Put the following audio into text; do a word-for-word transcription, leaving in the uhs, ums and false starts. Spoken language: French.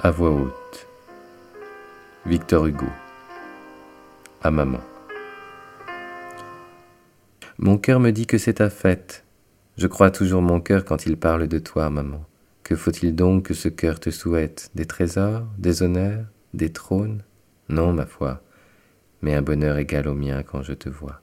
À voix haute. Victor Hugo. À maman. Mon cœur me dit que c'est ta fête. Je crois toujours mon cœur quand il parle de toi, maman. Que faut-il donc que ce cœur te souhaite? Des trésors, des honneurs, des trônes? Non, ma foi, mais un bonheur égal au mien quand je te vois.